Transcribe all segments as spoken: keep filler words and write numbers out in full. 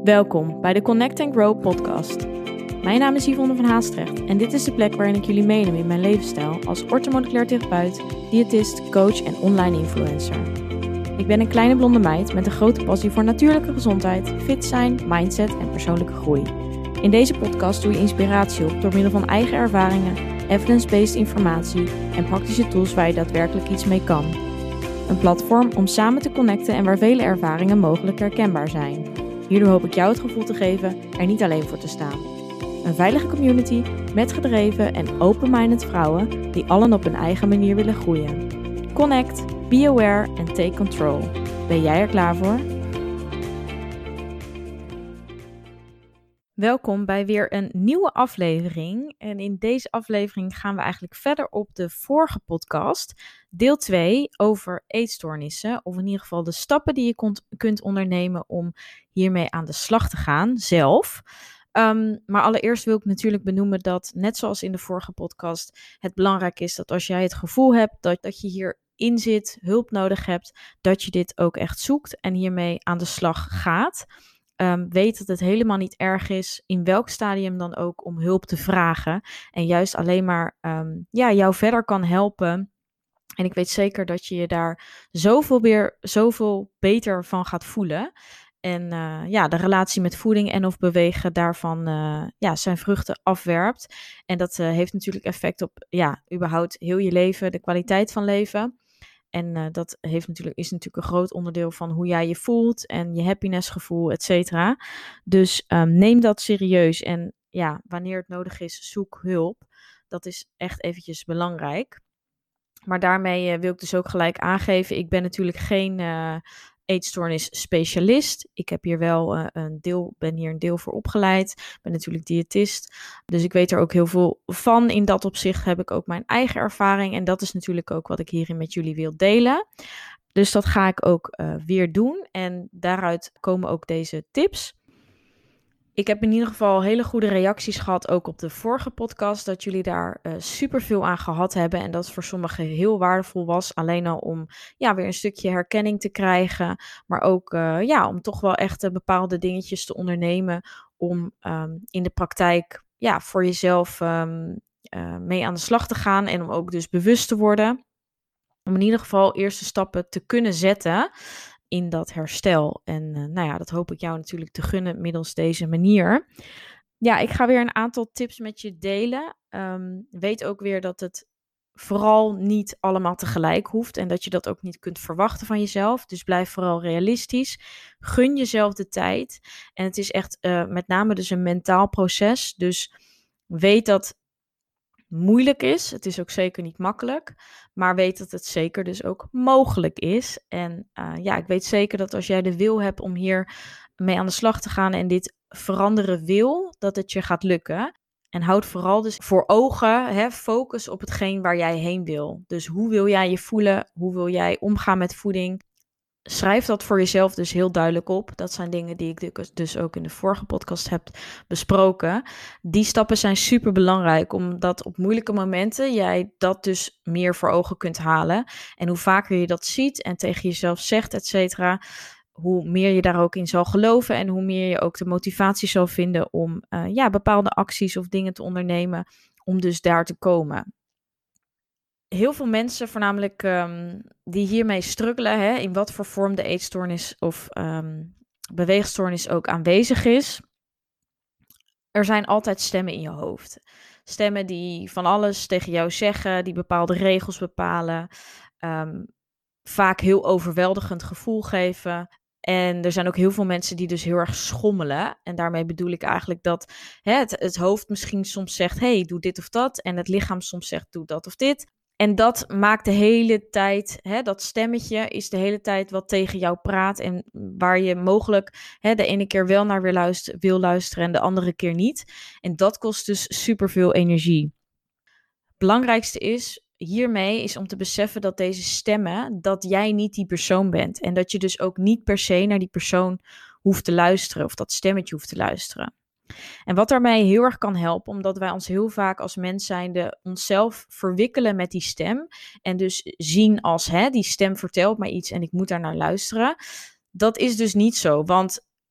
Welkom bij de Connect and Grow podcast. Mijn naam is Yvonne van Haastrecht en dit is de plek waarin ik jullie meeneem in mijn levensstijl als orthomoleculair therapeut, diëtist, coach en online influencer. Ik ben een kleine blonde meid met een grote passie voor natuurlijke gezondheid, fit zijn, mindset en persoonlijke groei. In deze podcast doe je inspiratie op door middel van eigen ervaringen, evidence-based informatie en praktische tools waar je daadwerkelijk iets mee kan. Een platform om samen te connecten en waar vele ervaringen mogelijk herkenbaar zijn. Hierdoor hoop ik jou het gevoel te geven er niet alleen voor te staan. Een veilige community met gedreven en open-minded vrouwen die allen op hun eigen manier willen groeien. Connect, be aware en take control. Ben jij er klaar voor? Welkom bij weer een nieuwe aflevering. En in deze aflevering gaan we eigenlijk verder op de vorige podcast, deel twee, over eetstoornissen. Of in ieder geval de stappen die je kunt, kunt ondernemen om hiermee aan de slag te gaan, zelf. Um, maar allereerst wil ik natuurlijk benoemen dat, net zoals in de vorige podcast, het belangrijk is dat als jij het gevoel hebt dat, dat je hierin zit, hulp nodig hebt, dat je dit ook echt zoekt en hiermee aan de slag gaat. Um, weet dat het helemaal niet erg is, in welk stadium dan ook, om hulp te vragen. En juist alleen maar um, ja, jou verder kan helpen. En ik weet zeker dat je je daar zoveel, weer, zoveel beter van gaat voelen. En uh, ja, de relatie met voeding en of bewegen daarvan uh, ja, zijn vruchten afwerpt. En dat uh, heeft natuurlijk effect op ja, überhaupt heel je leven, de kwaliteit van leven. En uh, dat heeft natuurlijk, is natuurlijk een groot onderdeel van hoe jij je voelt en je happinessgevoel, et cetera. Dus um, neem dat serieus en ja, wanneer het nodig is, zoek hulp. Dat is echt eventjes belangrijk. Maar daarmee uh, wil ik dus ook gelijk aangeven, ik ben natuurlijk geen uh, eetstoornis specialist. Ik heb hier wel uh, een deel, ben hier een deel voor opgeleid. Ben natuurlijk diëtist. Dus ik weet er ook heel veel van. In dat opzicht heb ik ook mijn eigen ervaring. En dat is natuurlijk ook wat ik hierin met jullie wil delen. Dus dat ga ik ook uh, weer doen. En daaruit komen ook deze tips. Ik heb in ieder geval hele goede reacties gehad, ook op de vorige podcast, dat jullie daar uh, superveel aan gehad hebben en dat het voor sommigen heel waardevol was, alleen al om ja, weer een stukje herkenning te krijgen, maar ook uh, ja, om toch wel echt uh, bepaalde dingetjes te ondernemen om um, in de praktijk ja, voor jezelf um, uh, mee aan de slag te gaan en om ook dus bewust te worden, om in ieder geval eerste stappen te kunnen zetten in dat herstel. En uh, nou ja, dat hoop ik jou natuurlijk te gunnen middels deze manier. Ja, ik ga weer een aantal tips met je delen. Um, weet ook weer dat het vooral niet allemaal tegelijk hoeft en dat je dat ook niet kunt verwachten van jezelf. Dus blijf vooral realistisch. Gun jezelf de tijd. En het is echt uh, met name dus een mentaal proces. Dus weet dat moeilijk is. Het is ook zeker niet makkelijk. Maar weet dat het zeker dus ook mogelijk is. En uh, ja, ik weet zeker dat als jij de wil hebt om hier mee aan de slag te gaan en dit veranderen wil, dat het je gaat lukken. En houd vooral dus voor ogen, hè, focus op hetgeen waar jij heen wil. Dus hoe wil jij je voelen? Hoe wil jij omgaan met voeding? Schrijf dat voor jezelf dus heel duidelijk op. Dat zijn dingen die ik dus ook in de vorige podcast heb besproken. Die stappen zijn super belangrijk, omdat op moeilijke momenten jij dat dus meer voor ogen kunt halen. En hoe vaker je dat ziet en tegen jezelf zegt, et cetera, hoe meer je daar ook in zal geloven en hoe meer je ook de motivatie zal vinden om uh, ja, bepaalde acties of dingen te ondernemen om dus daar te komen. Heel veel mensen, voornamelijk um, die hiermee struggelen, hè, in wat voor vorm de eetstoornis of um, beweegstoornis ook aanwezig is. Er zijn altijd stemmen in je hoofd. Stemmen die van alles tegen jou zeggen, die bepaalde regels bepalen, um, vaak heel overweldigend gevoel geven. En er zijn ook heel veel mensen die dus heel erg schommelen. En daarmee bedoel ik eigenlijk dat hè, het, het hoofd misschien soms zegt, hey, doe dit of dat. En het lichaam soms zegt, doe dat of dit. En dat maakt de hele tijd, hè, dat stemmetje is de hele tijd wat tegen jou praat. En waar je mogelijk hè, de ene keer wel naar weer luister, wil luisteren en de andere keer niet. En dat kost dus superveel energie. Het belangrijkste is hiermee is om te beseffen dat deze stemmen, dat jij niet die persoon bent. En dat je dus ook niet per se naar die persoon hoeft te luisteren of dat stemmetje hoeft te luisteren. En wat daarmee heel erg kan helpen, omdat wij ons heel vaak als mens zijnde onszelf verwikkelen met die stem. En dus zien als, hè, die stem vertelt mij iets en ik moet daar naar luisteren. Dat is dus niet zo, want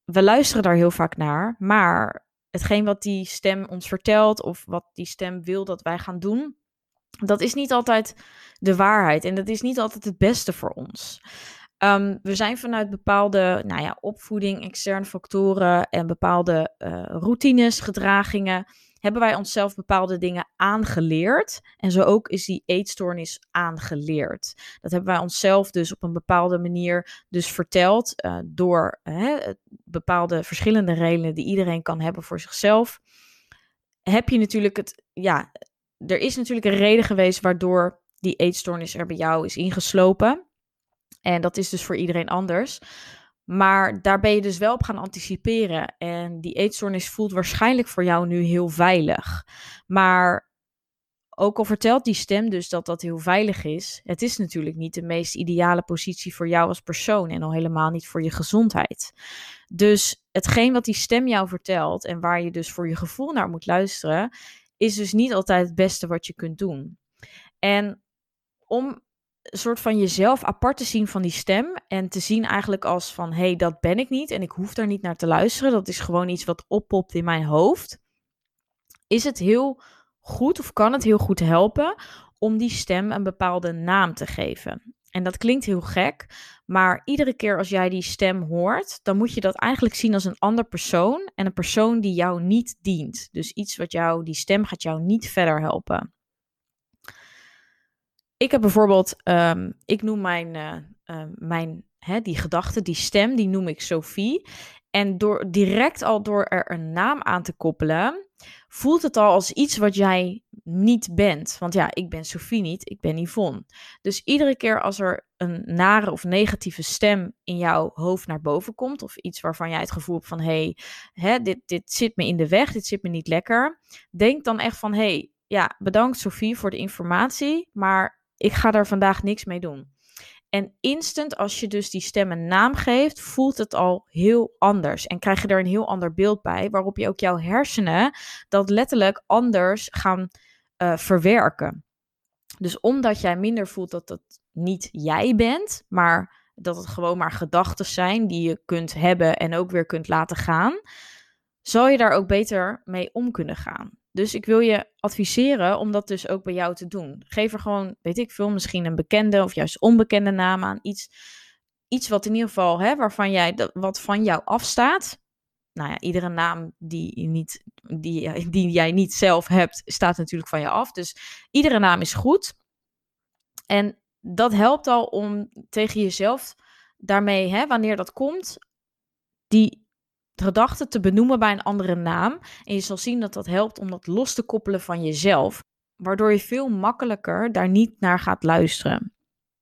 we luisteren daar heel vaak naar, maar hetgeen wat die stem ons vertelt of wat die stem wil dat wij gaan doen, dat is niet altijd de waarheid en dat is niet altijd het beste voor ons. Um, we zijn vanuit bepaalde nou ja, opvoeding, externe factoren en bepaalde uh, routines, gedragingen, hebben wij onszelf bepaalde dingen aangeleerd. En zo ook is die eetstoornis aangeleerd. Dat hebben wij onszelf dus op een bepaalde manier dus verteld uh, door uh, bepaalde verschillende redenen die iedereen kan hebben voor zichzelf. Heb je natuurlijk het, ja, er is natuurlijk een reden geweest waardoor die eetstoornis er bij jou is ingeslopen. En dat is dus voor iedereen anders. Maar daar ben je dus wel op gaan anticiperen. En die eetstoornis voelt waarschijnlijk voor jou nu heel veilig. Maar ook al vertelt die stem dus dat dat heel veilig is, het is natuurlijk niet de meest ideale positie voor jou als persoon en al helemaal niet voor je gezondheid. Dus hetgeen wat die stem jou vertelt en waar je dus voor je gevoel naar moet luisteren, is dus niet altijd het beste wat je kunt doen. En om een soort van jezelf apart te zien van die stem en te zien eigenlijk als van, hé, hey, dat ben ik niet en ik hoef daar niet naar te luisteren, dat is gewoon iets wat oppopt in mijn hoofd, is het heel goed of kan het heel goed helpen om die stem een bepaalde naam te geven. En dat klinkt heel gek, maar iedere keer als jij die stem hoort, dan moet je dat eigenlijk zien als een ander persoon en een persoon die jou niet dient. Dus iets wat jou, die stem gaat jou niet verder helpen. Ik heb bijvoorbeeld, um, ik noem mijn, uh, uh, mijn hè, die gedachte, die stem, die noem ik Sophie. En door, direct al door er een naam aan te koppelen, voelt het al als iets wat jij niet bent. Want ja, ik ben Sophie niet, ik ben Yvonne. Dus iedere keer als er een nare of negatieve stem in jouw hoofd naar boven komt, of iets waarvan jij het gevoel hebt van, hé, hey, dit, dit zit me in de weg, dit zit me niet lekker. Denk dan echt van, hé, hey, ja, bedankt Sophie voor de informatie, maar ik ga daar vandaag niks mee doen. En instant, als je dus die stem een naam geeft, voelt het al heel anders. En krijg je er een heel ander beeld bij, waarop je ook jouw hersenen dat letterlijk anders gaan uh, verwerken. Dus omdat jij minder voelt dat het niet jij bent, maar dat het gewoon maar gedachten zijn die je kunt hebben en ook weer kunt laten gaan, zal je daar ook beter mee om kunnen gaan. Dus ik wil je adviseren om dat dus ook bij jou te doen. Geef er gewoon, weet ik veel, misschien een bekende of juist onbekende naam aan. Iets, iets wat in ieder geval, hè, waarvan jij, wat van jou afstaat. Nou ja, iedere naam die, niet, die, die jij niet zelf hebt, staat natuurlijk van je af. Dus iedere naam is goed. En dat helpt al om tegen jezelf daarmee, hè, wanneer dat komt, die gedachte te benoemen bij een andere naam. En je zal zien dat dat helpt om dat los te koppelen van jezelf. Waardoor je veel makkelijker daar niet naar gaat luisteren.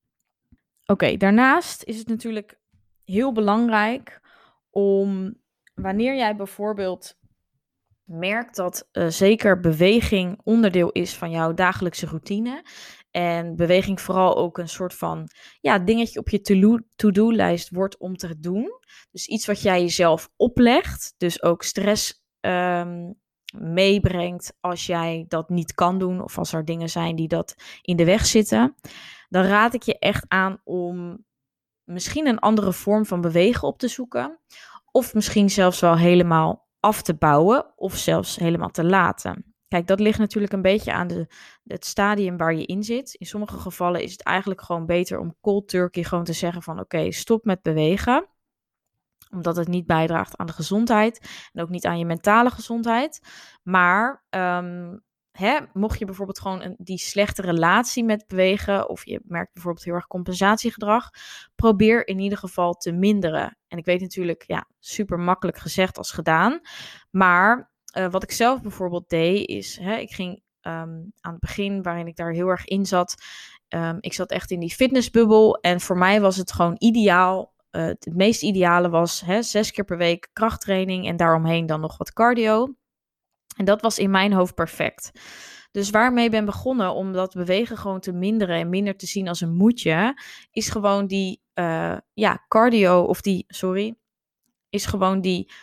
Oké, okay, daarnaast is het natuurlijk heel belangrijk om, wanneer jij bijvoorbeeld merkt dat uh, zeker beweging onderdeel is van jouw dagelijkse routine. En beweging vooral ook een soort van ja, dingetje op je to-do-lijst wordt om te doen. Dus iets wat jij jezelf oplegt. Dus ook stress um, meebrengt als jij dat niet kan doen. Of als er dingen zijn die dat in de weg zitten. Dan raad ik je echt aan om misschien een andere vorm van bewegen op te zoeken. Of misschien zelfs wel helemaal af te bouwen. Of zelfs helemaal te laten. Kijk, dat ligt natuurlijk een beetje aan de, het stadium waar je in zit. In sommige gevallen is het eigenlijk gewoon beter om cold turkey gewoon te zeggen van oké, okay, stop met bewegen. Omdat het niet bijdraagt aan de gezondheid en ook niet aan je mentale gezondheid. Maar um, hè, mocht je bijvoorbeeld gewoon een, die slechte relatie met bewegen of je merkt bijvoorbeeld heel erg compensatiegedrag, probeer in ieder geval te minderen. En ik weet natuurlijk, ja, super makkelijk gezegd als gedaan. Maar Uh, wat ik zelf bijvoorbeeld deed, is, hè, ik ging um, aan het begin, waarin ik daar heel erg in zat, um, ik zat echt in die fitnessbubbel en voor mij was het gewoon ideaal. Uh, het meest ideale was hè, zes keer per week krachttraining en daaromheen dan nog wat cardio. En dat was in mijn hoofd perfect. Dus waarmee ik ben begonnen om dat bewegen gewoon te minderen en minder te zien als een moedje, is gewoon die uh, ja, cardio of die, sorry, is gewoon die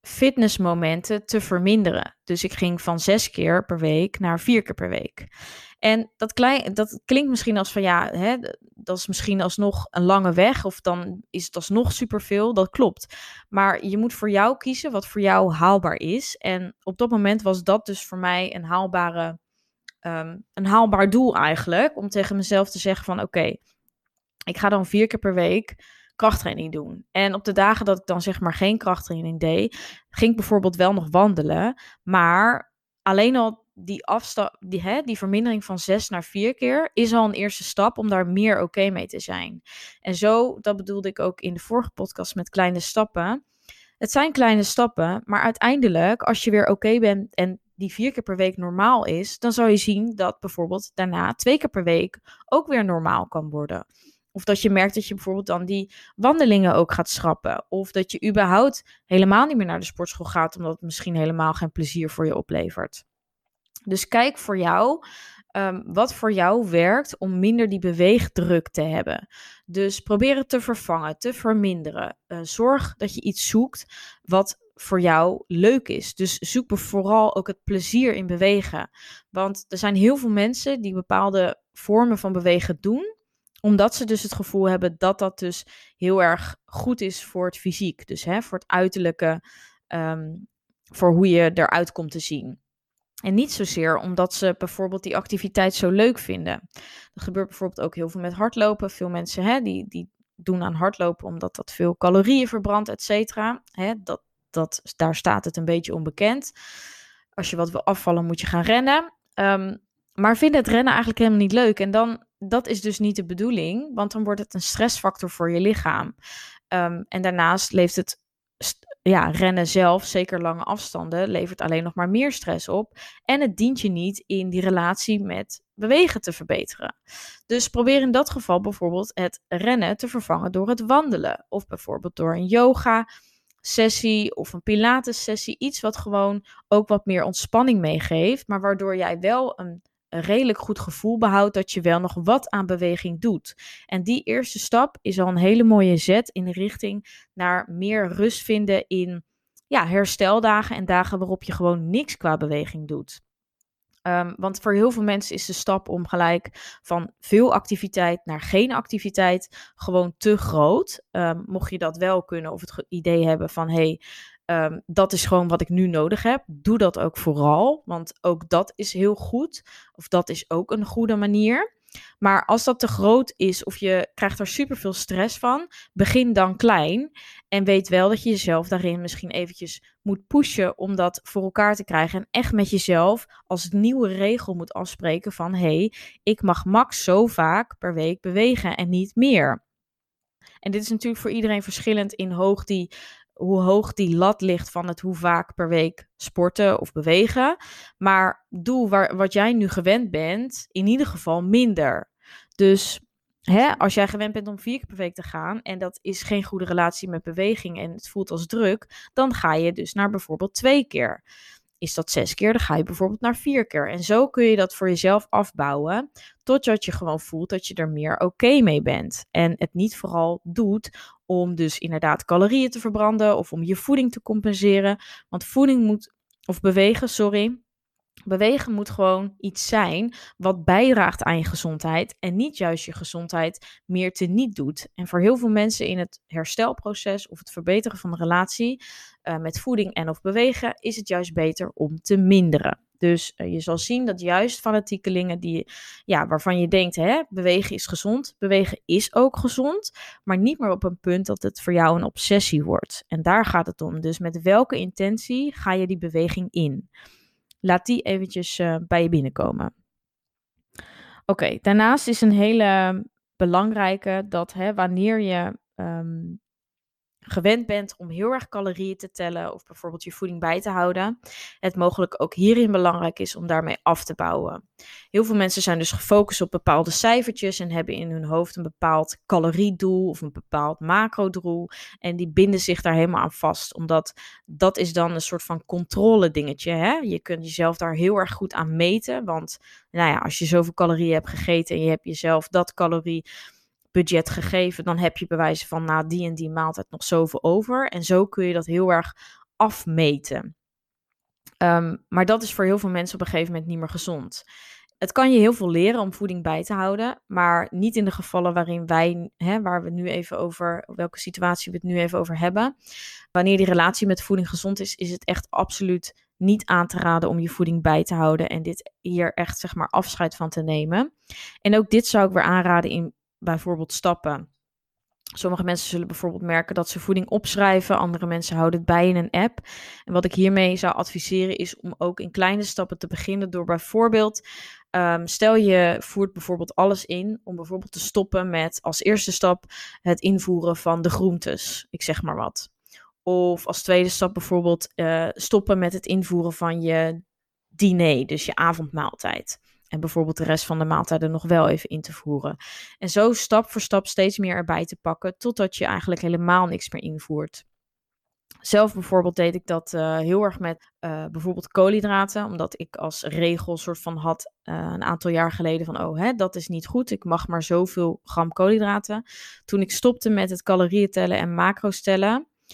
fitnessmomenten te verminderen. Dus ik ging van zes keer per week naar vier keer per week. En dat, klein, dat klinkt misschien als van ja, hè, dat is misschien alsnog een lange weg of dan is het alsnog superveel. Dat klopt. Maar je moet voor jou kiezen wat voor jou haalbaar is. En op dat moment was dat dus voor mij een, haalbare, um, een haalbaar doel eigenlijk. Om tegen mezelf te zeggen van oké, okay, ik ga dan vier keer per week krachttraining doen. En op de dagen dat ik dan zeg maar geen krachttraining deed, ging ik bijvoorbeeld wel nog wandelen. Maar alleen al die afstand, die, hè, die vermindering van zes naar vier keer is al een eerste stap om daar meer oké okay mee te zijn. En zo, dat bedoelde ik ook in de vorige podcast met kleine stappen. Het zijn kleine stappen, maar uiteindelijk, als je weer oké okay bent en die vier keer per week normaal is, dan zal je zien dat bijvoorbeeld daarna twee keer per week ook weer normaal kan worden. Of dat je merkt dat je bijvoorbeeld dan die wandelingen ook gaat schrappen. Of dat je überhaupt helemaal niet meer naar de sportschool gaat, omdat het misschien helemaal geen plezier voor je oplevert. Dus kijk voor jou um, wat voor jou werkt om minder die beweegdruk te hebben. Dus probeer het te vervangen, te verminderen. Uh, zorg dat je iets zoekt wat voor jou leuk is. Dus zoek vooral ook het plezier in bewegen. Want er zijn heel veel mensen die bepaalde vormen van bewegen doen, omdat ze dus het gevoel hebben dat dat dus heel erg goed is voor het fysiek. Dus hè, voor het uiterlijke, um, voor hoe je eruit komt te zien. En niet zozeer omdat ze bijvoorbeeld die activiteit zo leuk vinden. Dat gebeurt bijvoorbeeld ook heel veel met hardlopen. Veel mensen hè, die, die doen aan hardlopen omdat dat veel calorieën verbrandt, et cetera. Hè, dat, dat, daar staat het een beetje onbekend. Als je wat wil afvallen moet je gaan rennen. Um, maar vinden het rennen eigenlijk helemaal niet leuk. En dan, dat is dus niet de bedoeling, want dan wordt het een stressfactor voor je lichaam. Um, en daarnaast leeft het... Ja, rennen zelf, zeker lange afstanden, levert alleen nog maar meer stress op. En het dient je niet in die relatie met bewegen te verbeteren. Dus probeer in dat geval bijvoorbeeld het rennen te vervangen door het wandelen. Of bijvoorbeeld door een yoga sessie of een pilates sessie. Iets wat gewoon ook wat meer ontspanning meegeeft. Maar waardoor jij wel een een redelijk goed gevoel behoudt dat je wel nog wat aan beweging doet. En die eerste stap is al een hele mooie zet in de richting naar meer rust vinden in ja, hersteldagen en dagen waarop je gewoon niks qua beweging doet. Um, want voor heel veel mensen is de stap om gelijk van veel activiteit naar geen activiteit gewoon te groot. Um, mocht je dat wel kunnen of het idee hebben van hey, um, dat is gewoon wat ik nu nodig heb. Doe dat ook vooral, want ook dat is heel goed. Of dat is ook een goede manier. Maar als dat te groot is of je krijgt er superveel stress van, begin dan klein. En weet wel dat je jezelf daarin misschien eventjes moet pushen om dat voor elkaar te krijgen. En echt met jezelf als nieuwe regel moet afspreken van hey, ik mag max zo vaak per week bewegen en niet meer. En dit is natuurlijk voor iedereen verschillend in hoog die, hoe hoog die lat ligt van het hoe vaak per week sporten of bewegen. Maar doe waar, wat jij nu gewend bent, in ieder geval minder. Dus hè, als jij gewend bent om vier keer per week te gaan en dat is geen goede relatie met beweging en het voelt als druk, dan ga je dus naar bijvoorbeeld twee keer. Is dat zes keer, dan ga je bijvoorbeeld naar vier keer. En zo kun je dat voor jezelf afbouwen, totdat je gewoon voelt dat je er meer oké okay mee bent. En het niet vooral doet om dus inderdaad calorieën te verbranden of om je voeding te compenseren. Want voeding moet, of bewegen, sorry... Bewegen moet gewoon iets zijn wat bijdraagt aan je gezondheid en niet juist je gezondheid meer teniet doet. En voor heel veel mensen in het herstelproces of het verbeteren van de relatie uh, met voeding en of bewegen is het juist beter om te minderen. Dus uh, je zal zien dat juist fanatiekelingen die, ja, waarvan je denkt, hè, bewegen is gezond, bewegen is ook gezond, maar niet meer op een punt dat het voor jou een obsessie wordt. En daar gaat het om. Dus met welke intentie ga je die beweging in? Laat die eventjes uh, bij je binnenkomen. Oké, okay, daarnaast is een hele belangrijke dat hè, wanneer je um, gewend bent om heel erg calorieën te tellen of bijvoorbeeld je voeding bij te houden, het mogelijk ook hierin belangrijk is om daarmee af te bouwen. Heel veel mensen zijn dus gefocust op bepaalde cijfertjes en hebben in hun hoofd een bepaald caloriedoel of een bepaald macrodoel en die binden zich daar helemaal aan vast, omdat dat is dan een soort van controle dingetje. Hè? Je kunt jezelf daar heel erg goed aan meten, want nou ja, als je zoveel calorieën hebt gegeten en je hebt jezelf dat calorie budget gegeven, dan heb je bewijzen van na die en die maaltijd nog zoveel over. En zo kun je dat heel erg afmeten. Um, maar dat is voor heel veel mensen op een gegeven moment niet meer gezond. Het kan je heel veel leren om voeding bij te houden, maar niet in de gevallen waarin wij, hè, waar we het nu even over, welke situatie we het nu even over hebben. Wanneer die relatie met voeding gezond is, is het echt absoluut niet aan te raden om je voeding bij te houden en dit hier echt, zeg maar, afscheid van te nemen. En ook dit zou ik weer aanraden in bijvoorbeeld stappen. Sommige mensen zullen bijvoorbeeld merken dat ze voeding opschrijven. Andere mensen houden het bij in een app. En wat ik hiermee zou adviseren is om ook in kleine stappen te beginnen door bijvoorbeeld, um, stel je voert bijvoorbeeld alles in, om bijvoorbeeld te stoppen met als eerste stap het invoeren van de groentes. Ik zeg maar wat. Of als tweede stap bijvoorbeeld uh, stoppen met het invoeren van je diner, dus je avondmaaltijd. En bijvoorbeeld de rest van de maaltijden nog wel even in te voeren. En zo stap voor stap steeds meer erbij te pakken, totdat je eigenlijk helemaal niks meer invoert. Zelf bijvoorbeeld deed ik dat uh, heel erg met uh, bijvoorbeeld koolhydraten. Omdat ik als regel soort van had uh, een aantal jaar geleden van, oh hè, dat is niet goed. Ik mag maar zoveel gram koolhydraten. Toen ik stopte met het calorieën tellen en macro's tellen.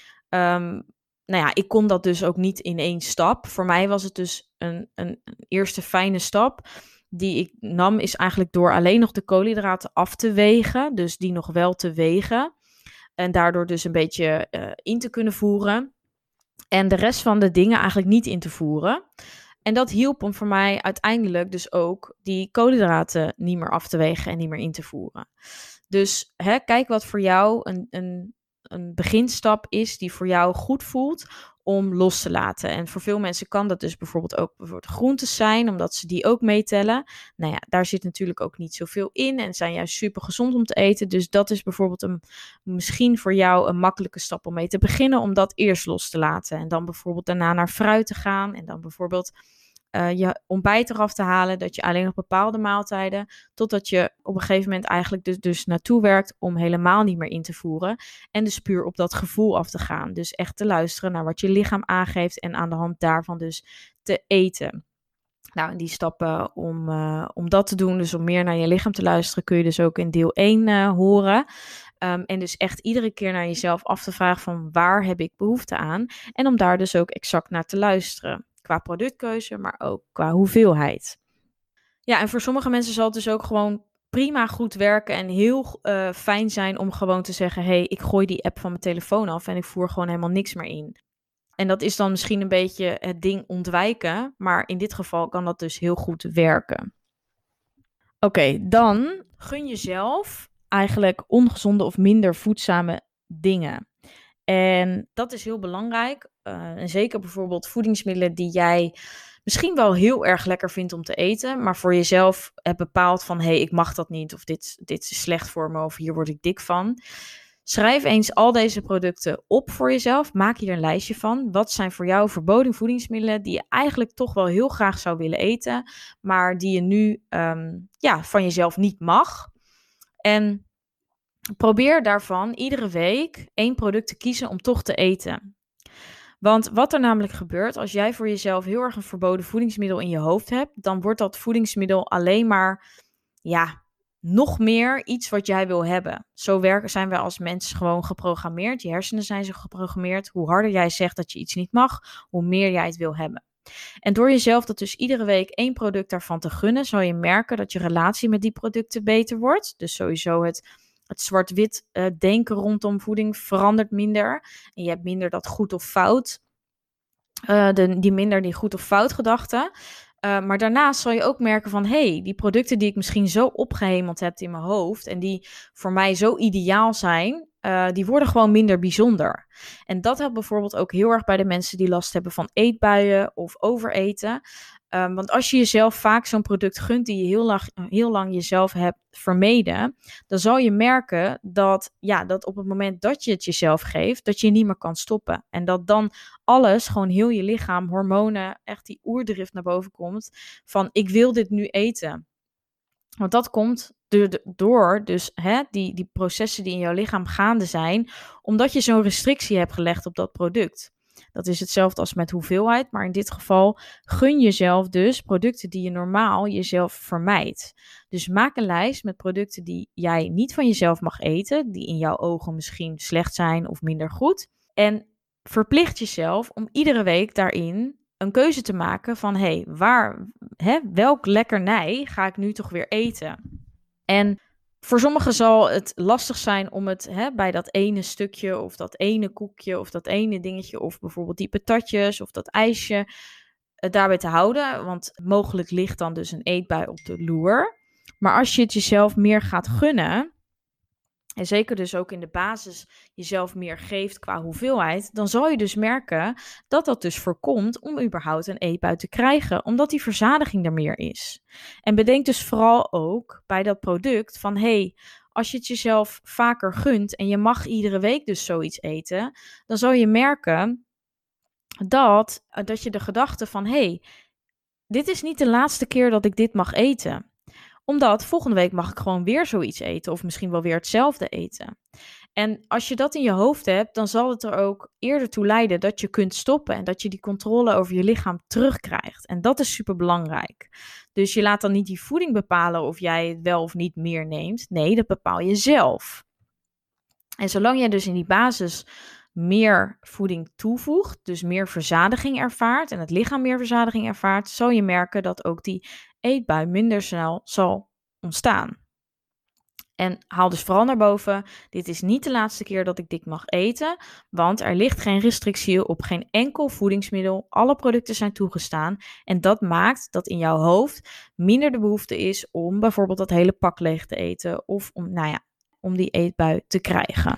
Um, nou ja, ik kon dat dus ook niet in één stap. Voor mij was het dus een, een, een eerste fijne stap die ik nam, is eigenlijk door alleen nog de koolhydraten af te wegen. Dus die nog wel te wegen. En daardoor dus een beetje uh, in te kunnen voeren. En de rest van de dingen eigenlijk niet in te voeren. En dat hielp om voor mij uiteindelijk dus ook die koolhydraten niet meer af te wegen en niet meer in te voeren. Dus hè, kijk wat voor jou een, een, een beginstap is die voor jou goed voelt om los te laten. En voor veel mensen kan dat dus bijvoorbeeld ook bijvoorbeeld groentes zijn, omdat ze die ook meetellen. Nou ja, daar zit natuurlijk ook niet zoveel in en zijn juist super gezond om te eten. Dus dat is bijvoorbeeld een, misschien voor jou een makkelijke stap om mee te beginnen, om dat eerst los te laten. En dan bijvoorbeeld daarna naar fruit te gaan en dan bijvoorbeeld Uh, je ontbijt eraf te halen, dat je alleen nog bepaalde maaltijden, totdat je op een gegeven moment eigenlijk dus, dus naartoe werkt om helemaal niet meer in te voeren en dus puur op dat gevoel af te gaan. Dus echt te luisteren naar wat je lichaam aangeeft en aan de hand daarvan dus te eten. Nou, en die stappen om, uh, om dat te doen, dus om meer naar je lichaam te luisteren, kun je dus ook in deel één uh, horen. Um, en dus echt iedere keer naar jezelf af te vragen van waar heb ik behoefte aan? En om daar dus ook exact naar te luisteren. Qua productkeuze, maar ook qua hoeveelheid. Ja, en voor sommige mensen zal het dus ook gewoon prima goed werken en heel uh, fijn zijn om gewoon te zeggen, hé, hey, ik gooi die app van mijn telefoon af en ik voer gewoon helemaal niks meer in. En dat is dan misschien een beetje het ding ontwijken, maar in dit geval kan dat dus heel goed werken. Oké, okay, dan gun jezelf eigenlijk ongezonde of minder voedzame dingen. En dat is heel belangrijk. Uh, en zeker bijvoorbeeld voedingsmiddelen die jij misschien wel heel erg lekker vindt om te eten, maar voor jezelf hebt bepaald van, hé, hey, ik mag dat niet, of dit, dit is slecht voor me, of hier word ik dik van. Schrijf eens al deze producten op voor jezelf. Maak hier een lijstje van. Wat zijn voor jou verboden voedingsmiddelen die je eigenlijk toch wel heel graag zou willen eten, maar die je nu um, ja, van jezelf niet mag. En probeer daarvan iedere week één product te kiezen om toch te eten. Want wat er namelijk gebeurt, als jij voor jezelf heel erg een verboden voedingsmiddel in je hoofd hebt, dan wordt dat voedingsmiddel alleen maar, ja, nog meer iets wat jij wil hebben. Zo werken, zijn wij als mensen gewoon geprogrammeerd. Je hersenen zijn zo geprogrammeerd. Hoe harder jij zegt dat je iets niet mag, hoe meer jij het wil hebben. En door jezelf dat dus iedere week één product daarvan te gunnen, zal je merken dat je relatie met die producten beter wordt. Dus sowieso het... Het zwart-wit uh, denken rondom voeding verandert minder. En je hebt minder dat goed of fout. Uh, de, die minder die goed of fout gedachten. Uh, maar daarnaast zal je ook merken van, hé, hey, die producten die ik misschien zo opgehemeld heb in mijn hoofd en die voor mij zo ideaal zijn, uh, die worden gewoon minder bijzonder. En dat helpt bijvoorbeeld ook heel erg bij de mensen die last hebben van eetbuien of overeten. Um, want als je jezelf vaak zo'n product gunt die je heel lang, heel lang jezelf hebt vermeden, dan zal je merken dat, ja, dat op het moment dat je het jezelf geeft, dat je niet meer kan stoppen. En dat dan alles, gewoon heel je lichaam, hormonen, echt die oerdrift naar boven komt van ik wil dit nu eten. Want dat komt door dus hè, die, die processen die in jouw lichaam gaande zijn, omdat je zo'n restrictie hebt gelegd op dat product. Dat is hetzelfde als met hoeveelheid, maar in dit geval gun jezelf dus producten die je normaal jezelf vermijdt. Dus maak een lijst met producten die jij niet van jezelf mag eten, die in jouw ogen misschien slecht zijn of minder goed. En verplicht jezelf om iedere week daarin een keuze te maken van, hé, hey, waar, hè, welk lekkernij ga ik nu toch weer eten? En voor sommigen zal het lastig zijn om het hè, bij dat ene stukje of dat ene koekje of dat ene dingetje of bijvoorbeeld die patatjes of dat ijsje het daarbij te houden. Want mogelijk ligt dan dus een eetbui op de loer. Maar als je het jezelf meer gaat gunnen, en zeker dus ook in de basis jezelf meer geeft qua hoeveelheid, dan zal je dus merken dat dat dus voorkomt om überhaupt een eetbui te krijgen, omdat die verzadiging er meer is. En bedenk dus vooral ook bij dat product van, hé, hey, als je het jezelf vaker gunt en je mag iedere week dus zoiets eten, dan zal je merken dat, dat je de gedachte van, hé, hey, dit is niet de laatste keer dat ik dit mag eten. Omdat volgende week mag ik gewoon weer zoiets eten of misschien wel weer hetzelfde eten. En als je dat in je hoofd hebt, dan zal het er ook eerder toe leiden dat je kunt stoppen en dat je die controle over je lichaam terugkrijgt. En dat is super belangrijk. Dus je laat dan niet die voeding bepalen of jij het wel of niet meer neemt. Nee, dat bepaal je zelf. En zolang jij dus in die basis meer voeding toevoegt, dus meer verzadiging ervaart en het lichaam meer verzadiging ervaart, zal je merken dat ook die eetbui minder snel zal ontstaan. En haal dus vooral naar boven, dit is niet de laatste keer dat ik dit mag eten, want er ligt geen restrictie op geen enkel voedingsmiddel. Alle producten zijn toegestaan en dat maakt dat in jouw hoofd minder de behoefte is om bijvoorbeeld dat hele pak leeg te eten of om, nou ja, om die eetbui te krijgen.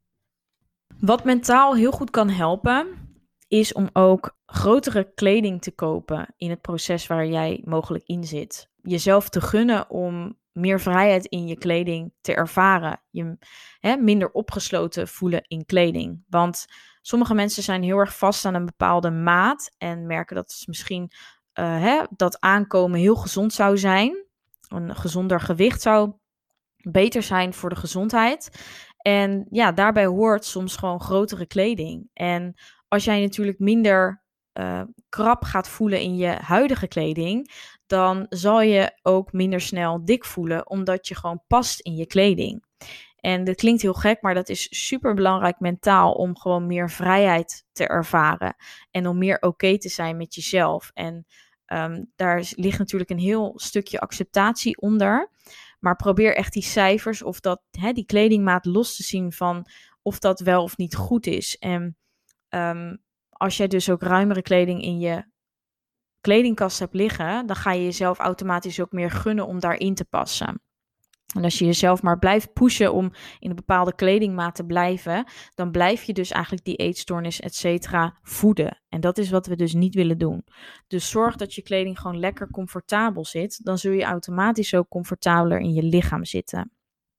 Wat mentaal heel goed kan helpen, is om ook grotere kleding te kopen in het proces waar jij mogelijk in zit. Jezelf te gunnen om meer vrijheid in je kleding te ervaren. Je hè, minder opgesloten voelen in kleding. Want sommige mensen zijn heel erg vast aan een bepaalde maat en merken dat ze misschien uh, hè, dat aankomen heel gezond zou zijn. Een gezonder gewicht zou beter zijn voor de gezondheid. En ja, daarbij hoort soms gewoon grotere kleding. En als jij natuurlijk minder uh, krap gaat voelen in je huidige kleding, dan zal je ook minder snel dik voelen, omdat je gewoon past in je kleding. En dat klinkt heel gek, maar dat is super belangrijk mentaal om gewoon meer vrijheid te ervaren. En om meer oké te zijn met jezelf. En um, daar ligt natuurlijk een heel stukje acceptatie onder. Maar probeer echt die cijfers of dat, hè, die kledingmaat los te zien van of dat wel of niet goed is. En um, als jij dus ook ruimere kleding in je kledingkast hebt liggen, dan ga je jezelf automatisch ook meer gunnen om daarin te passen. En als je jezelf maar blijft pushen om in een bepaalde kledingmaat te blijven, dan blijf je dus eigenlijk die eetstoornis, et cetera, voeden. En dat is wat we dus niet willen doen. Dus zorg dat je kleding gewoon lekker comfortabel zit. Dan zul je automatisch ook comfortabeler in je lichaam zitten.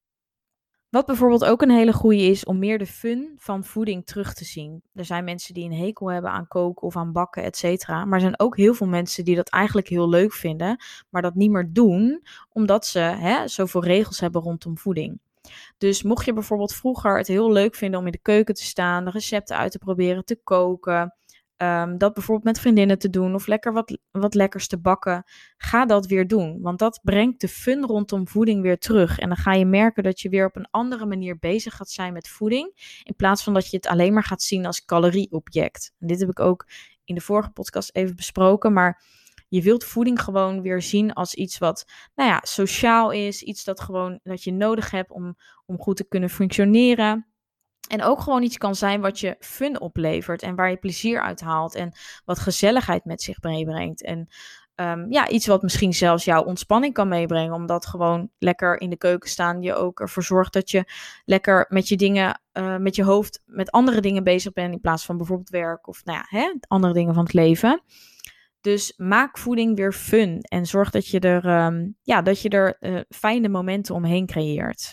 Wat bijvoorbeeld ook een hele goede is om meer de fun van voeding terug te zien. Er zijn mensen die een hekel hebben aan koken of aan bakken, et cetera. Maar er zijn ook heel veel mensen die dat eigenlijk heel leuk vinden, maar dat niet meer doen, omdat ze hè, zoveel regels hebben rondom voeding. Dus mocht je bijvoorbeeld vroeger het heel leuk vinden om in de keuken te staan, de recepten uit te proberen, te koken, Um, dat bijvoorbeeld met vriendinnen te doen of lekker wat, wat lekkers te bakken, ga dat weer doen. Want dat brengt de fun rondom voeding weer terug. En dan ga je merken dat je weer op een andere manier bezig gaat zijn met voeding, in plaats van dat je het alleen maar gaat zien als calorieobject. En dit heb ik ook in de vorige podcast even besproken, maar je wilt voeding gewoon weer zien als iets wat, nou ja, sociaal is, iets dat gewoon dat je nodig hebt om, om goed te kunnen functioneren. En ook gewoon iets kan zijn wat je fun oplevert en waar je plezier uit haalt en wat gezelligheid met zich meebrengt. En um, ja, iets wat misschien zelfs jouw ontspanning kan meebrengen, omdat gewoon lekker in de keuken staan je ook ervoor zorgt dat je lekker met je dingen, uh, met je hoofd, met andere dingen bezig bent in plaats van bijvoorbeeld werk of nou ja, hè, andere dingen van het leven. Dus maak voeding weer fun en zorg dat je er, um, ja, dat je er uh, fijne momenten omheen creëert.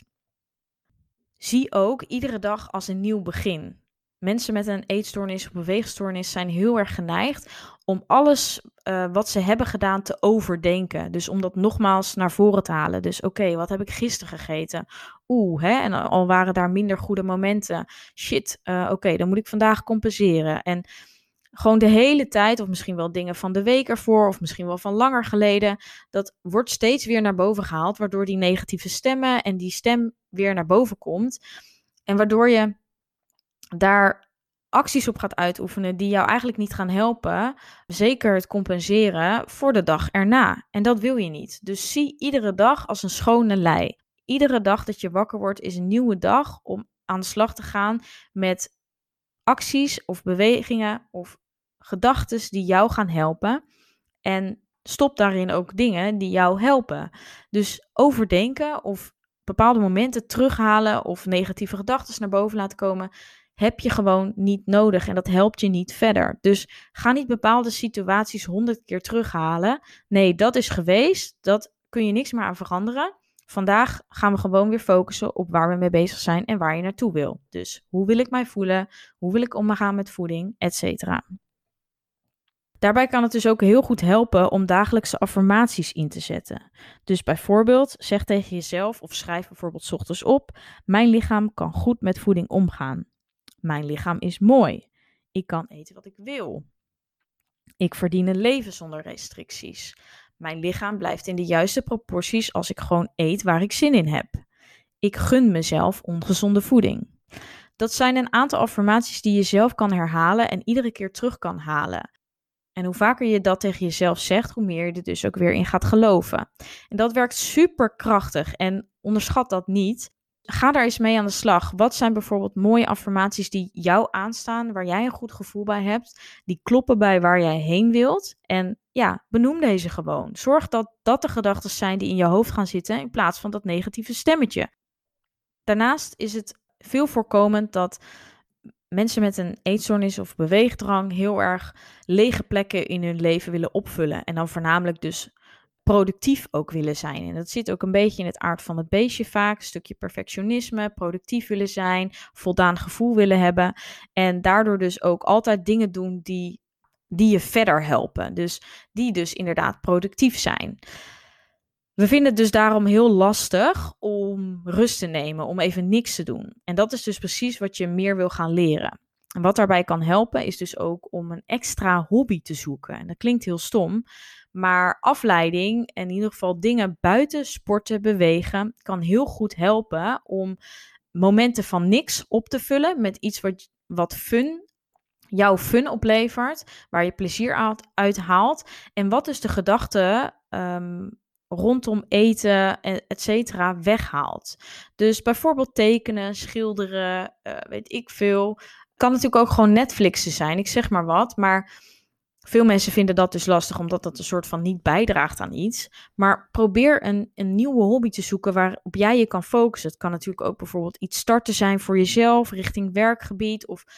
Zie ook iedere dag als een nieuw begin. Mensen met een eetstoornis of beweegstoornis zijn heel erg geneigd om alles uh, wat ze hebben gedaan te overdenken. Dus om dat nogmaals naar voren te halen. Dus oké, okay, wat heb ik gisteren gegeten? Oeh, hè? En al waren daar minder goede momenten. Shit, uh, oké, okay, dan moet ik vandaag compenseren. En gewoon de hele tijd, of misschien wel dingen van de week ervoor, of misschien wel van langer geleden, dat wordt steeds weer naar boven gehaald, waardoor die negatieve stemmen en die stem weer naar boven komt. En waardoor je daar acties op gaat uitoefenen die jou eigenlijk niet gaan helpen, zeker het compenseren voor de dag erna. En dat wil je niet. Dus zie iedere dag als een schone lei. Iedere dag dat je wakker wordt is een nieuwe dag om aan de slag te gaan met acties of bewegingen of gedachten die jou gaan helpen. En stop daarin ook dingen die jou helpen. Dus overdenken of bepaalde momenten terughalen of negatieve gedachten naar boven laten komen, heb je gewoon niet nodig en dat helpt je niet verder. Dus ga niet bepaalde situaties honderd keer terughalen. Nee, dat is geweest. Dat kun je niks meer aan veranderen. Vandaag gaan we gewoon weer focussen op waar we mee bezig zijn en waar je naartoe wil. Dus hoe wil ik mij voelen? Hoe wil ik omgaan met voeding? Etcetera. Daarbij kan het dus ook heel goed helpen om dagelijkse affirmaties in te zetten. Dus bijvoorbeeld zeg tegen jezelf of schrijf bijvoorbeeld 's ochtends op: mijn lichaam kan goed met voeding omgaan. Mijn lichaam is mooi. Ik kan eten wat ik wil. Ik verdien een leven zonder restricties. Mijn lichaam blijft in de juiste proporties als ik gewoon eet waar ik zin in heb. Ik gun mezelf ongezonde voeding. Dat zijn een aantal affirmaties die je zelf kan herhalen en iedere keer terug kan halen. En hoe vaker je dat tegen jezelf zegt, hoe meer je er dus ook weer in gaat geloven. En dat werkt super krachtig en onderschat dat niet. Ga daar eens mee aan de slag. Wat zijn bijvoorbeeld mooie affirmaties die jou aanstaan, waar jij een goed gevoel bij hebt, die kloppen bij waar jij heen wilt? En ja, benoem deze gewoon. Zorg dat dat de gedachten zijn die in je hoofd gaan zitten in plaats van dat negatieve stemmetje. Daarnaast is het veel voorkomend dat mensen met een eetstoornis of beweegdrang heel erg lege plekken in hun leven willen opvullen. En dan voornamelijk dus productief ook willen zijn. En dat zit ook een beetje in het aard van het beestje vaak. Een stukje perfectionisme, productief willen zijn, voldaan gevoel willen hebben. En daardoor dus ook altijd dingen doen die, die je verder helpen. Dus die dus inderdaad productief zijn. We vinden het dus daarom heel lastig om rust te nemen, om even niks te doen. En dat is dus precies wat je meer wil gaan leren. En wat daarbij kan helpen is dus ook om een extra hobby te zoeken. En dat klinkt heel stom, maar afleiding en in ieder geval dingen buiten sporten, bewegen, kan heel goed helpen om momenten van niks op te vullen met iets wat, wat fun, jouw fun oplevert, waar je plezier uit haalt. En wat dus de gedachte Um, rondom eten, et cetera, weghaalt. Dus bijvoorbeeld tekenen, schilderen, uh, weet ik veel. Kan natuurlijk ook gewoon Netflixen zijn, ik zeg maar wat. Maar veel mensen vinden dat dus lastig, omdat dat een soort van niet bijdraagt aan iets. Maar probeer een, een nieuwe hobby te zoeken waarop jij je kan focussen. Het kan natuurlijk ook bijvoorbeeld iets starten zijn voor jezelf, richting werkgebied of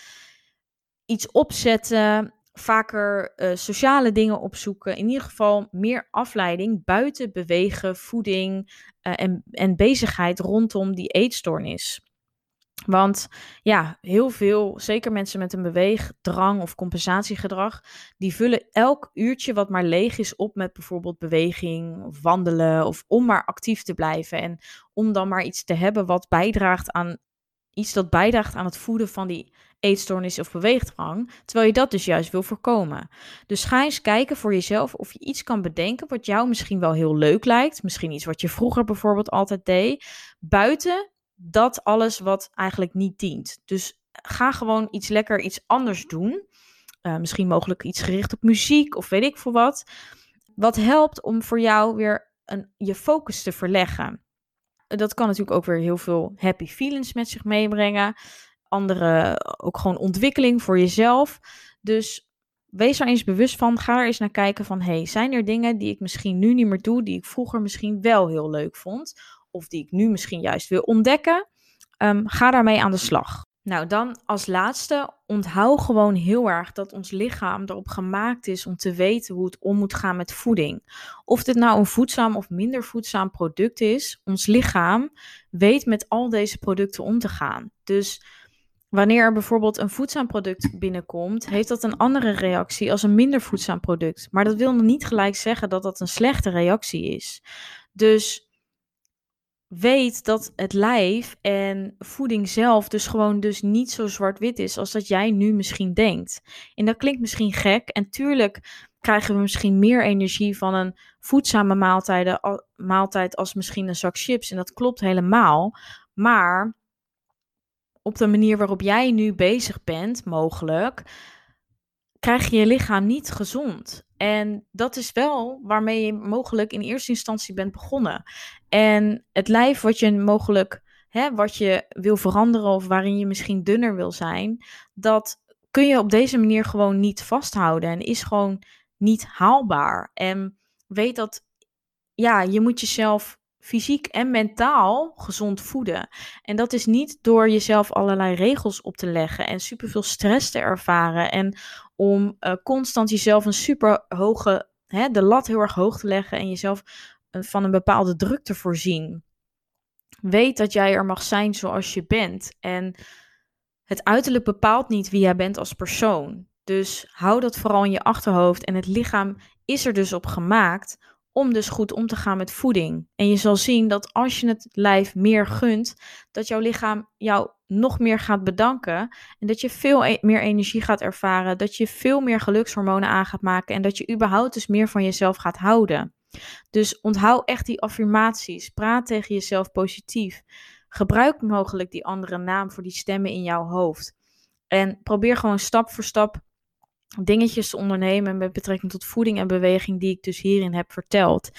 iets opzetten. Vaker uh, sociale dingen opzoeken. In ieder geval meer afleiding buiten bewegen, voeding uh, en, en bezigheid rondom die eetstoornis. Want ja, heel veel, zeker mensen met een beweegdrang of compensatiegedrag, die vullen elk uurtje wat maar leeg is op met bijvoorbeeld beweging of wandelen of om maar actief te blijven. En om dan maar iets te hebben wat bijdraagt aan iets dat bijdraagt aan het voeden van die eetstoornis of beweegdrang, terwijl je dat dus juist wil voorkomen. Dus ga eens kijken voor jezelf of je iets kan bedenken wat jou misschien wel heel leuk lijkt, misschien iets wat je vroeger bijvoorbeeld altijd deed, buiten dat alles wat eigenlijk niet dient. Dus ga gewoon iets lekker, iets anders doen. Uh, misschien mogelijk iets gericht op muziek of weet ik veel wat. Wat helpt om voor jou weer een, je focus te verleggen. Dat kan natuurlijk ook weer heel veel happy feelings met zich meebrengen. Andere ook gewoon ontwikkeling voor jezelf. Dus wees er eens bewust van. Ga er eens naar kijken van, hey, zijn er dingen die ik misschien nu niet meer doe, die ik vroeger misschien wel heel leuk vond? Of die ik nu misschien juist wil ontdekken? Um, ga daarmee aan de slag. Nou, dan als laatste, onthoud gewoon heel erg dat ons lichaam erop gemaakt is om te weten hoe het om moet gaan met voeding. Of dit nou een voedzaam of minder voedzaam product is, ons lichaam weet met al deze producten om te gaan. Dus wanneer er bijvoorbeeld een voedzaam product binnenkomt, heeft dat een andere reactie als een minder voedzaam product. Maar dat wil nog niet gelijk zeggen dat dat een slechte reactie is. Dus weet dat het lijf en voeding zelf dus gewoon dus niet zo zwart-wit is als dat jij nu misschien denkt. En dat klinkt misschien gek. En tuurlijk krijgen we misschien meer energie van een voedzame maaltijd, maaltijd als misschien een zak chips. En dat klopt helemaal. Maar op de manier waarop jij nu bezig bent, mogelijk, krijg je je lichaam niet gezond. En dat is wel waarmee je mogelijk in eerste instantie bent begonnen. En het lijf wat je mogelijk, hè, wat je wil veranderen of waarin je misschien dunner wil zijn, dat kun je op deze manier gewoon niet vasthouden en is gewoon niet haalbaar. En weet dat, ja, je moet jezelf fysiek en mentaal gezond voeden. En dat is niet door jezelf allerlei regels op te leggen en superveel stress te ervaren en om uh, constant jezelf een super hoge, hè, de lat heel erg hoog te leggen en jezelf uh, van een bepaalde druk te voorzien. Weet dat jij er mag zijn zoals je bent. En het uiterlijk bepaalt niet wie jij bent als persoon. Dus hou dat vooral in je achterhoofd. En het lichaam is er dus op gemaakt om dus goed om te gaan met voeding. En je zal zien dat als je het lijf meer gunt, dat jouw lichaam jou nog meer gaat bedanken. En dat je veel e- meer energie gaat ervaren. Dat je veel meer gelukshormonen aan gaat maken. En dat je überhaupt dus meer van jezelf gaat houden. Dus onthoud echt die affirmaties. Praat tegen jezelf positief. Gebruik mogelijk die andere naam voor die stemmen in jouw hoofd. En probeer gewoon stap voor stap dingetjes te ondernemen met betrekking tot voeding en beweging die ik dus hierin heb verteld.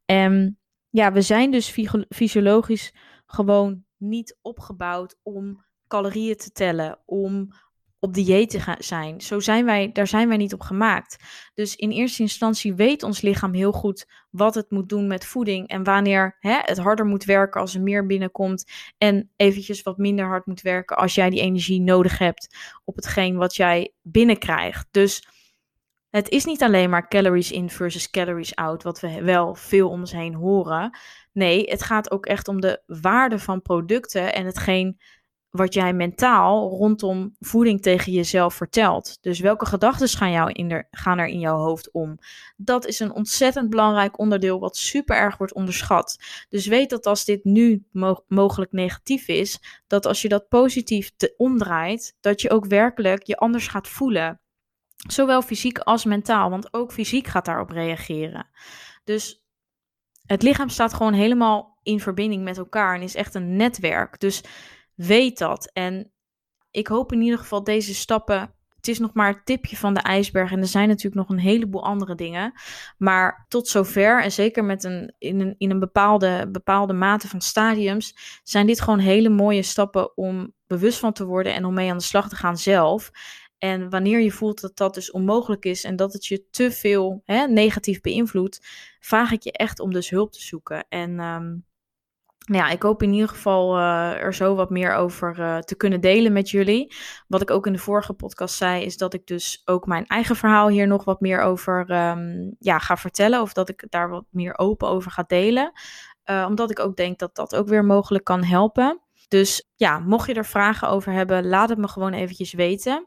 En ja, we zijn dus fysiologisch gewoon niet opgebouwd om calorieën te tellen, om op dieet te gaan zijn. Zo zijn wij, daar zijn wij niet op gemaakt. Dus in eerste instantie weet ons lichaam heel goed wat het moet doen met voeding en wanneer hè, het harder moet werken als er meer binnenkomt en eventjes wat minder hard moet werken als jij die energie nodig hebt op hetgeen wat jij binnenkrijgt. Dus het is niet alleen maar calories in versus calories out, wat we wel veel om ons heen horen. Nee, het gaat ook echt om de waarde van producten en hetgeen wat jij mentaal rondom voeding tegen jezelf vertelt. Dus welke gedachten gaan, jou in de, gaan er in jouw hoofd om? Dat is een ontzettend belangrijk onderdeel wat super erg wordt onderschat. Dus weet dat als dit nu mo- mogelijk negatief is, dat als je dat positief te omdraait, dat je ook werkelijk je anders gaat voelen. Zowel fysiek als mentaal, want ook fysiek gaat daarop reageren. Dus het lichaam staat gewoon helemaal in verbinding met elkaar en is echt een netwerk. Dus weet dat. En ik hoop in ieder geval deze stappen. Het is nog maar het tipje van de ijsberg. En er zijn natuurlijk nog een heleboel andere dingen. Maar tot zover, en zeker met een, in een, in een bepaalde, bepaalde mate van stadiums, zijn dit gewoon hele mooie stappen om bewust van te worden en om mee aan de slag te gaan zelf. En wanneer je voelt dat dat dus onmogelijk is en dat het je te veel hè, negatief beïnvloedt, vraag ik je echt om dus hulp te zoeken. En um, nou ja, ik hoop in ieder geval uh, er zo wat meer over uh, te kunnen delen met jullie. Wat ik ook in de vorige podcast zei, is dat ik dus ook mijn eigen verhaal hier nog wat meer over um, ja, ga vertellen. Of dat ik daar wat meer open over ga delen. Uh, omdat ik ook denk dat dat ook weer mogelijk kan helpen. Dus ja, mocht je er vragen over hebben, laat het me gewoon eventjes weten.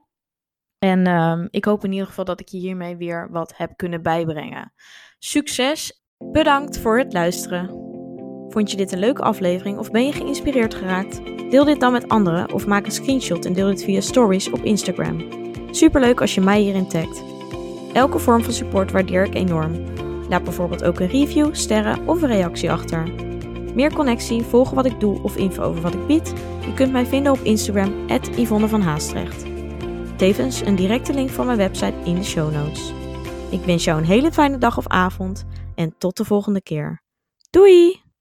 En um, ik hoop in ieder geval dat ik je hiermee weer wat heb kunnen bijbrengen. Succes! Bedankt voor het luisteren. Vond je dit een leuke aflevering of ben je geïnspireerd geraakt? Deel dit dan met anderen of maak een screenshot en deel dit via stories op Instagram. Superleuk als je mij hierin tagt. Elke vorm van support waardeer ik enorm. Laat bijvoorbeeld ook een review, sterren of een reactie achter. Meer connectie, volgen wat ik doe of info over wat ik bied? Je kunt mij vinden op Instagram at Yvonne van Haastrecht. Tevens een directe link van mijn website in de show notes. Ik wens jou een hele fijne dag of avond en tot de volgende keer. Doei!